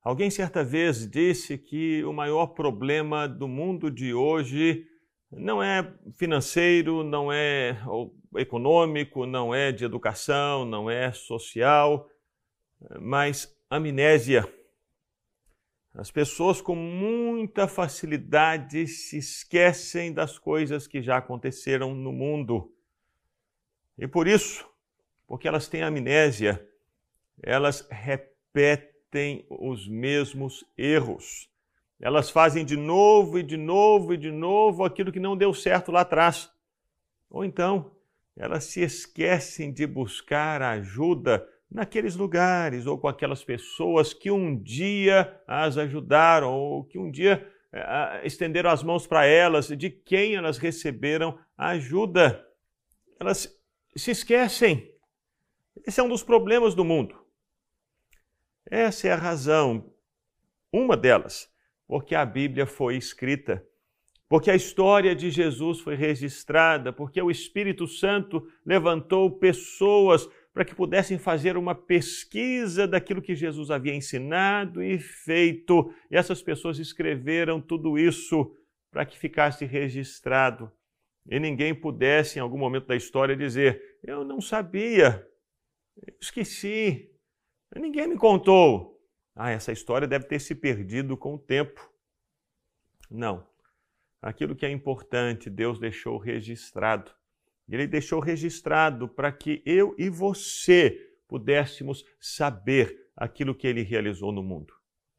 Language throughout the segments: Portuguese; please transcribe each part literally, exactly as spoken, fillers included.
Alguém certa vez disse que o maior problema do mundo de hoje não é financeiro, não é econômico, não é de educação, não é social, mas amnésia. As pessoas com muita facilidade se esquecem das coisas que já aconteceram no mundo. E por isso, porque elas têm amnésia, elas repetem os mesmos erros. Elas fazem de novo e de novo e de novo aquilo que não deu certo lá atrás. Ou então, elas se esquecem de buscar ajuda naqueles lugares ou com aquelas pessoas que um dia as ajudaram ou que um dia eh, estenderam as mãos para elas, de quem elas receberam ajuda. Elas se esquecem. Esse é um dos problemas do mundo. Essa é a razão, uma delas, porque a Bíblia foi escrita, porque a história de Jesus foi registrada, porque o Espírito Santo levantou pessoas para que pudessem fazer uma pesquisa daquilo que Jesus havia ensinado e feito. E essas pessoas escreveram tudo isso para que ficasse registrado. E ninguém pudesse, em algum momento da história, dizer: eu não sabia, eu esqueci, ninguém me contou. Ah, essa história deve ter se perdido com o tempo. Não. Aquilo que é importante, Deus deixou registrado. Ele deixou registrado para que eu e você pudéssemos saber aquilo que ele realizou no mundo.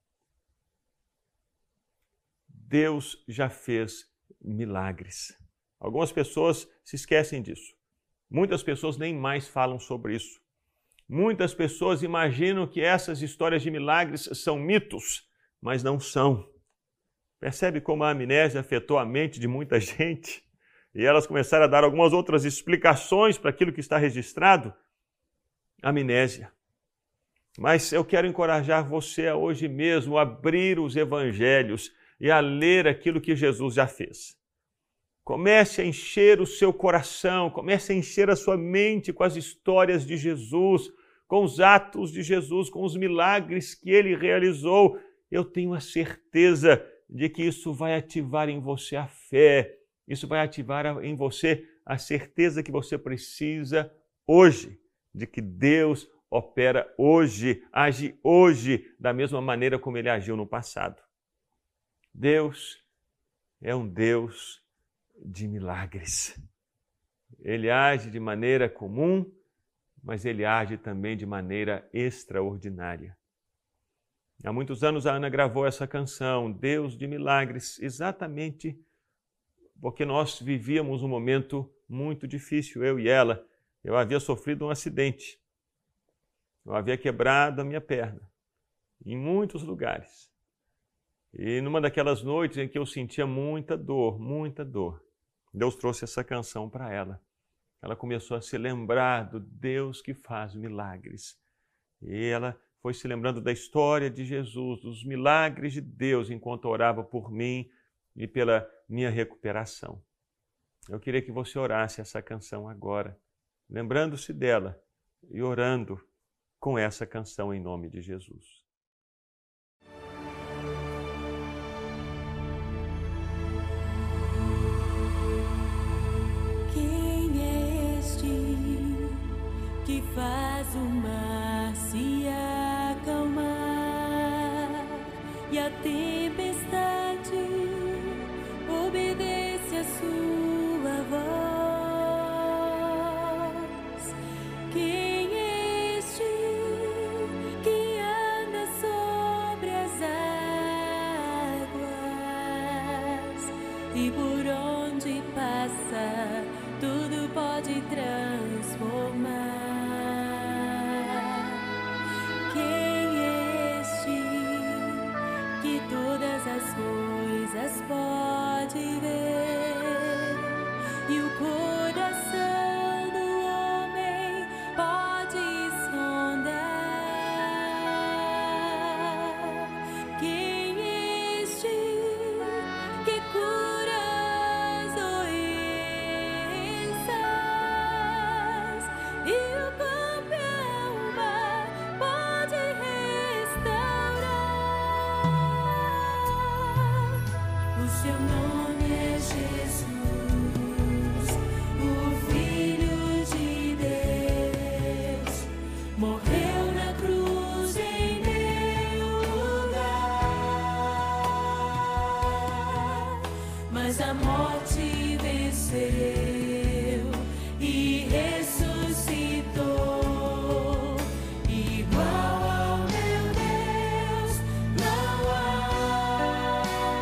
Deus já fez milagres. Algumas pessoas se esquecem disso. Muitas pessoas nem mais falam sobre isso. Muitas pessoas imaginam que essas histórias de milagres são mitos, mas não são. Percebe como a amnésia afetou a mente de muita gente? E elas começaram a dar algumas outras explicações para aquilo que está registrado? Amnésia. Mas eu quero encorajar você a hoje mesmo abrir os evangelhos e a ler aquilo que Jesus já fez. Comece a encher o seu coração, comece a encher a sua mente com as histórias de Jesus, com os atos de Jesus, com os milagres que ele realizou. Eu tenho a certeza de que isso vai ativar em você a fé, isso vai ativar em você a certeza que você precisa hoje, de que Deus opera hoje, age hoje, da mesma maneira como ele agiu no passado. Deus é um Deus de milagres. Ele age de maneira comum, mas ele age também de maneira extraordinária. Há muitos anos a Ana gravou essa canção, Deus de Milagres, exatamente porque nós vivíamos um momento muito difícil, eu e ela. Eu havia sofrido um acidente. Eu havia quebrado a minha perna em muitos lugares. E numa daquelas noites em que eu sentia muita dor, muita dor, Deus trouxe essa canção para ela. Ela começou a se lembrar do Deus que faz milagres. E ela foi se lembrando da história de Jesus, dos milagres de Deus enquanto orava por mim e pela minha recuperação. Eu queria que você orasse essa canção agora, lembrando-se dela e orando com essa canção em nome de Jesus. Quem é este que faz o mar se acalmar e a tempestade obedece a sua voz? Quem é este que anda sobre as águas e por onde passa tudo pode transformar? Quem é este que todas as coisas pode ver e o coração do homem pode sondar? Quem é este que cura as doenças pois a morte venceu e ressuscitou. Igual ao meu Deus não há.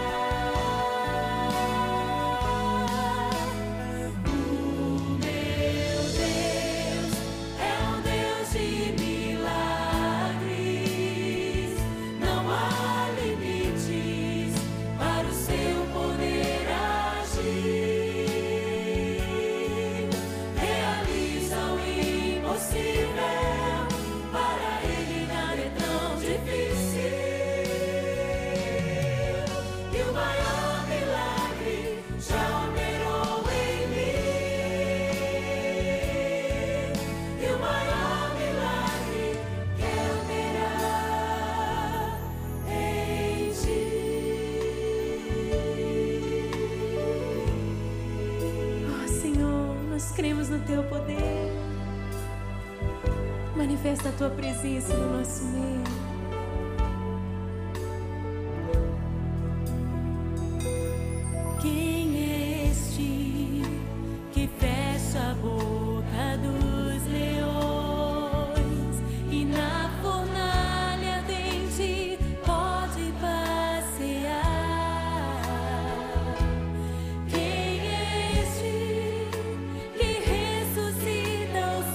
O meu Deus é um Deus de milagres. Não há limites para o seu poder agir. Realiza o impossível, para ele nada é tão difícil. E o maior milagre já operou em mim. E o maior milagre quer operar em ti. Oh, Senhor, nós cremos no teu poder. Manifesta a tua presença no nosso meio. Quem é este que fecha a boca dos leões e na fornalha ardente pode passear? Quem é este que ressuscita os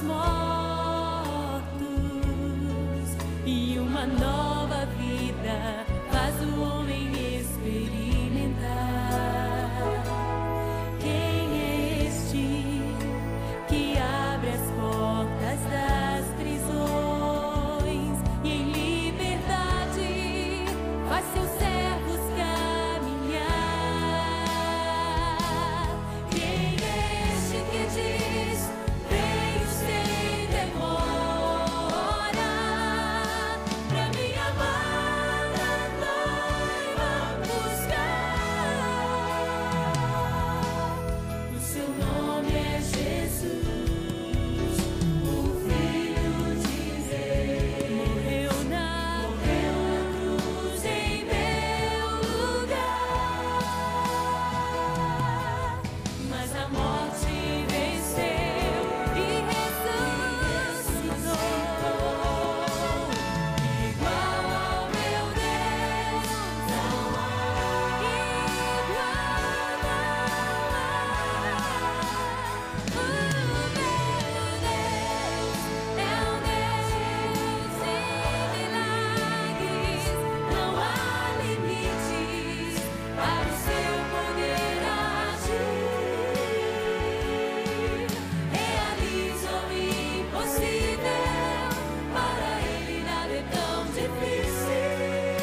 mortos e uma nova vida faz o homem experimentar? Quem é este que abre as portas das prisões e em liberdade faz seus servos caminhar? Quem é este que diz: venho sem demora, pra minha amada noiva buscar? O seu nome é Jesus, o Filho de Deus. Morreu na cruz em meu lugar, mas a morte venceu e ressuscitou. Igual ao meu Deus não há. Igual não há. O meu Deus é um Deus de milagres. Não há limites para o seu poder agir. Realiza o impossível, para ele nada é tão difícil.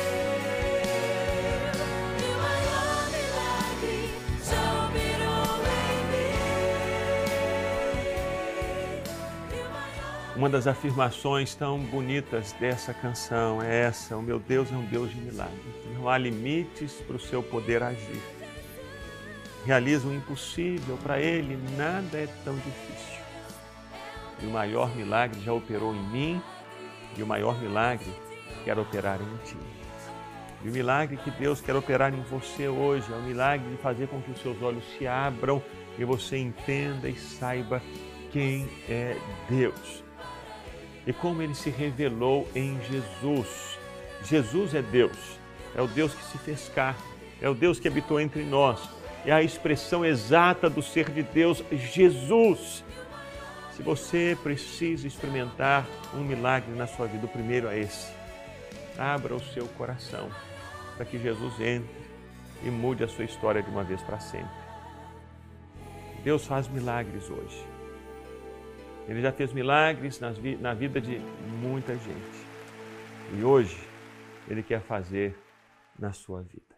E o maior milagre já operou em mim. E o maior Uma das afirmações tão bonitas dessa canção é essa: o meu Deus é um Deus de milagres. Não há limites para o seu poder agir. Realiza o impossível, para ele nada é tão difícil. E o maior milagre já operou em mim, e o maior milagre quer operar em ti. E o milagre que Deus quer operar em você hoje é o milagre de fazer com que os seus olhos se abram e você entenda e saiba quem é Deus e como ele se revelou em Jesus. Jesus é Deus, é o Deus que se fez carne, é o Deus que habitou entre nós, é a expressão exata do ser de Deus, Jesus. Se você precisa experimentar um milagre na sua vida, o primeiro é esse. Abra o seu coração para que Jesus entre e mude a sua história de uma vez para sempre. Deus faz milagres hoje. Ele já fez milagres nas vi- na vida de muita gente. E hoje Ele quer fazer na sua vida.